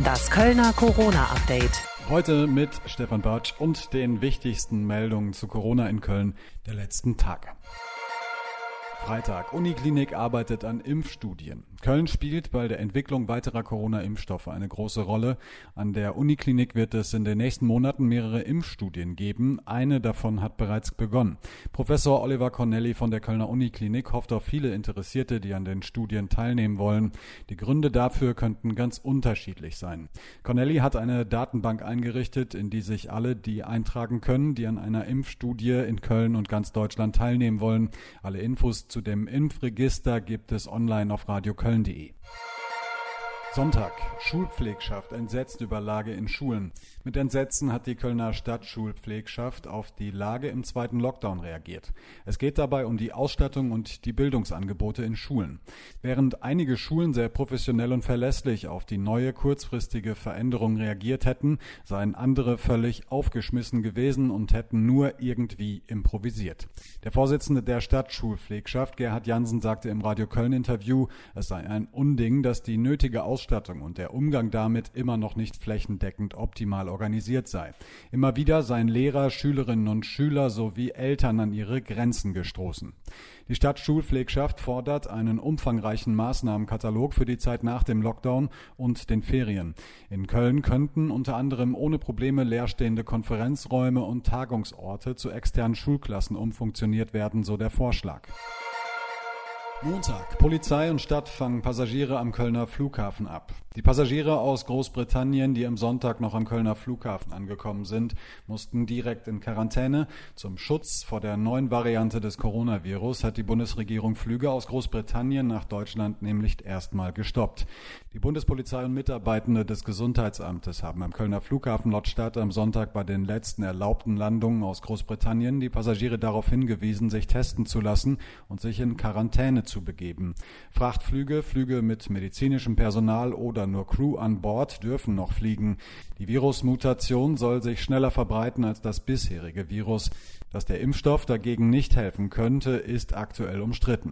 Das Kölner Corona-Update. Heute mit Stefan Bartsch und den wichtigsten Meldungen zu Corona in Köln der letzten Tage. Freitag. Uniklinik arbeitet an Impfstudien. Köln spielt bei der Entwicklung weiterer Corona-Impfstoffe eine große Rolle. An der Uniklinik wird es in den nächsten Monaten mehrere Impfstudien geben. Eine davon hat bereits begonnen. Professor Oliver Cornelli von der Kölner Uniklinik hofft auf viele Interessierte, die an den Studien teilnehmen wollen. Die Gründe dafür könnten ganz unterschiedlich sein. Cornelli hat eine Datenbank eingerichtet, in die sich alle die eintragen können, die an einer Impfstudie in Köln und ganz Deutschland teilnehmen wollen. Alle Infos zu dem Impfregister gibt es online auf radioköln.de. Sonntag. Schulpflegschaft entsetzt über Lage in Schulen. Mit Entsetzen hat die Kölner Stadtschulpflegschaft auf die Lage im zweiten Lockdown reagiert. Es geht dabei um die Ausstattung und die Bildungsangebote in Schulen. Während einige Schulen sehr professionell und verlässlich auf die neue kurzfristige Veränderung reagiert hätten, seien andere völlig aufgeschmissen gewesen und hätten nur irgendwie improvisiert. Der Vorsitzende der Stadtschulpflegschaft, Gerhard Jansen, sagte im Radio Köln-Interview, es sei ein Unding, dass die nötige Ausstattung und der Umgang damit immer noch nicht flächendeckend optimal organisiert sei. Immer wieder seien Lehrer, Schülerinnen und Schüler sowie Eltern an ihre Grenzen gestoßen. Die Stadtschulpflegschaft fordert einen umfangreichen Maßnahmenkatalog für die Zeit nach dem Lockdown und den Ferien. In Köln könnten unter anderem ohne Probleme leerstehende Konferenzräume und Tagungsorte zu externen Schulklassen umfunktioniert werden, so der Vorschlag. Montag. Polizei und Stadt fangen Passagiere am Kölner Flughafen ab. Die Passagiere aus Großbritannien, die am Sonntag noch am Kölner Flughafen angekommen sind, mussten direkt in Quarantäne. Zum Schutz vor der neuen Variante des Coronavirus hat die Bundesregierung Flüge aus Großbritannien nach Deutschland nämlich erstmal gestoppt. Die Bundespolizei und Mitarbeitende des Gesundheitsamtes haben am Kölner Flughafen laut Stadt am Sonntag bei den letzten erlaubten Landungen aus Großbritannien die Passagiere darauf hingewiesen, sich testen zu lassen und sich in Quarantäne zu begeben. Frachtflüge, Flüge mit medizinischem Personal oder nur Crew an Bord dürfen noch fliegen. Die Virusmutation soll sich schneller verbreiten als das bisherige Virus. Dass der Impfstoff dagegen nicht helfen könnte, ist aktuell umstritten.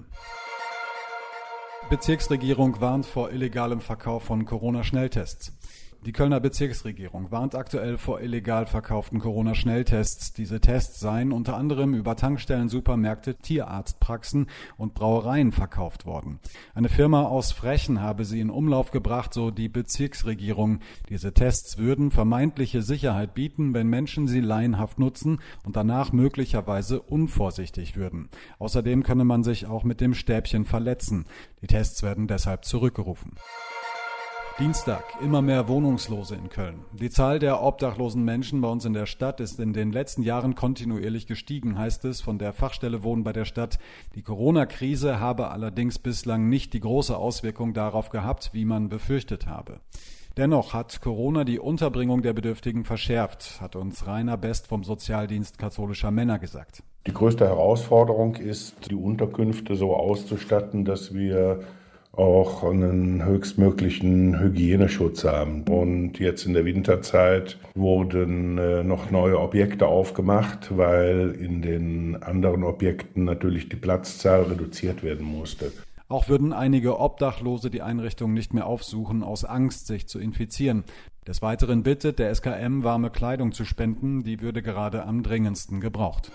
Bezirksregierung warnt vor illegalem Verkauf von Corona-Schnelltests. Die Kölner Bezirksregierung warnt aktuell vor illegal verkauften Corona-Schnelltests. Diese Tests seien unter anderem über Tankstellen, Supermärkte, Tierarztpraxen und Brauereien verkauft worden. Eine Firma aus Frechen habe sie in Umlauf gebracht, so die Bezirksregierung. Diese Tests würden vermeintliche Sicherheit bieten, wenn Menschen sie laienhaft nutzen und danach möglicherweise unvorsichtig würden. Außerdem könne man sich auch mit dem Stäbchen verletzen. Die Tests werden deshalb zurückgerufen. Dienstag. Immer mehr Wohnungslose in Köln. Die Zahl der obdachlosen Menschen bei uns in der Stadt ist in den letzten Jahren kontinuierlich gestiegen, heißt es von der Fachstelle Wohnen bei der Stadt. Die Corona-Krise habe allerdings bislang nicht die große Auswirkung darauf gehabt, wie man befürchtet habe. Dennoch hat Corona die Unterbringung der Bedürftigen verschärft, hat uns Rainer Best vom Sozialdienst katholischer Männer gesagt. Die größte Herausforderung ist, die Unterkünfte so auszustatten, dass wir auch einen höchstmöglichen Hygieneschutz haben. Und jetzt in der Winterzeit wurden noch neue Objekte aufgemacht, weil in den anderen Objekten natürlich die Platzzahl reduziert werden musste. Auch würden einige Obdachlose die Einrichtung nicht mehr aufsuchen, aus Angst, sich zu infizieren. Des Weiteren bittet der SKM, warme Kleidung zu spenden, die würde gerade am dringendsten gebraucht.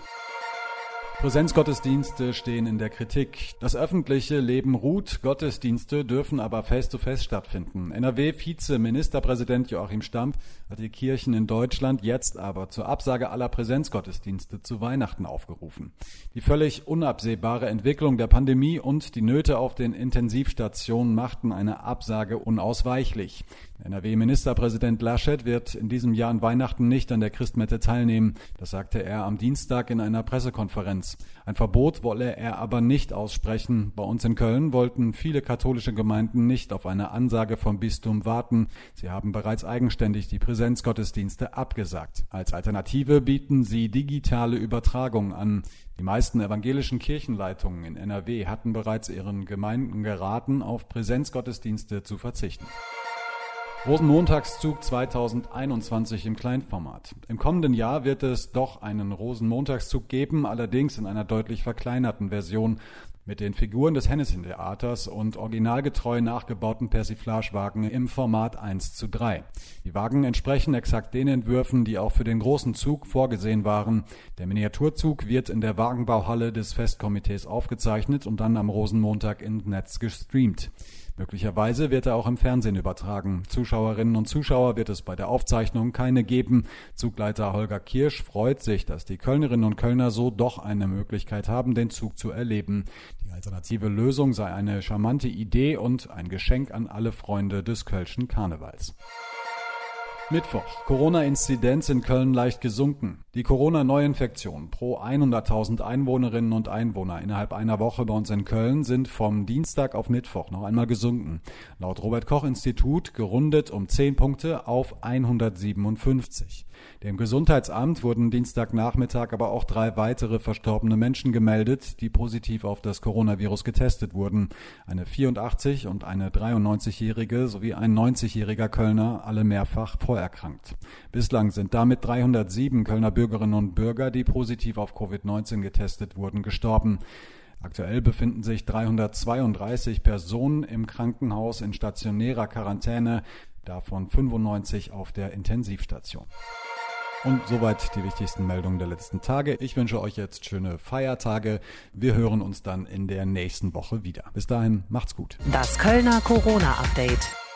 Präsenzgottesdienste stehen in der Kritik. Das öffentliche Leben ruht, Gottesdienste dürfen aber face-to-face stattfinden. NRW-Vize-Ministerpräsident Joachim Stamp hat die Kirchen in Deutschland jetzt aber zur Absage aller Präsenzgottesdienste zu Weihnachten aufgerufen. Die völlig unabsehbare Entwicklung der Pandemie und die Nöte auf den Intensivstationen machten eine Absage unausweichlich. NRW-Ministerpräsident Laschet wird in diesem Jahr an Weihnachten nicht an der Christmette teilnehmen. Das sagte er am Dienstag in einer Pressekonferenz. Ein Verbot wolle er aber nicht aussprechen. Bei uns in Köln wollten viele katholische Gemeinden nicht auf eine Ansage vom Bistum warten. Sie haben bereits eigenständig die Präsenzgottesdienste abgesagt. Als Alternative bieten sie digitale Übertragungen an. Die meisten evangelischen Kirchenleitungen in NRW hatten bereits ihren Gemeinden geraten, auf Präsenzgottesdienste zu verzichten. Rosenmontagszug 2021 im Kleinformat. Im kommenden Jahr wird es doch einen Rosenmontagszug geben, allerdings in einer deutlich verkleinerten Version. mit den Figuren des Hennessin-Theaters und originalgetreu nachgebauten Persiflagewagen im Format 1:3. Die Wagen entsprechen exakt den Entwürfen, die auch für den großen Zug vorgesehen waren. Der Miniaturzug wird in der Wagenbauhalle des Festkomitees aufgezeichnet und dann am Rosenmontag ins Netz gestreamt. Möglicherweise wird er auch im Fernsehen übertragen. Zuschauerinnen und Zuschauer wird es bei der Aufzeichnung keine geben. Zugleiter Holger Kirsch freut sich, dass die Kölnerinnen und Kölner so doch eine Möglichkeit haben, den Zug zu erleben. Die alternative Lösung sei eine charmante Idee und ein Geschenk an alle Freunde des Kölschen Karnevals. Mittwoch. Corona-Inzidenz in Köln leicht gesunken. Die Corona-Neuinfektionen pro 100.000 Einwohnerinnen und Einwohner innerhalb einer Woche bei uns in Köln sind vom Dienstag auf Mittwoch noch einmal gesunken. Laut Robert-Koch-Institut gerundet um 10 Punkte auf 157. Dem Gesundheitsamt wurden Dienstagnachmittag aber auch 3 weitere verstorbene Menschen gemeldet, die positiv auf das Coronavirus getestet wurden. Eine 84- und eine 93-jährige sowie ein 90-jähriger Kölner, alle mehrfach vorerkrankt. Bislang sind damit 307 Kölner Bürgerinnen und Bürger, die positiv auf Covid-19 getestet wurden, gestorben. Aktuell befinden sich 332 Personen im Krankenhaus in stationärer Quarantäne, davon 95 auf der Intensivstation. Und soweit die wichtigsten Meldungen der letzten Tage. Ich wünsche euch jetzt schöne Feiertage. Wir hören uns dann in der nächsten Woche wieder. Bis dahin, macht's gut. Das Kölner Corona-Update.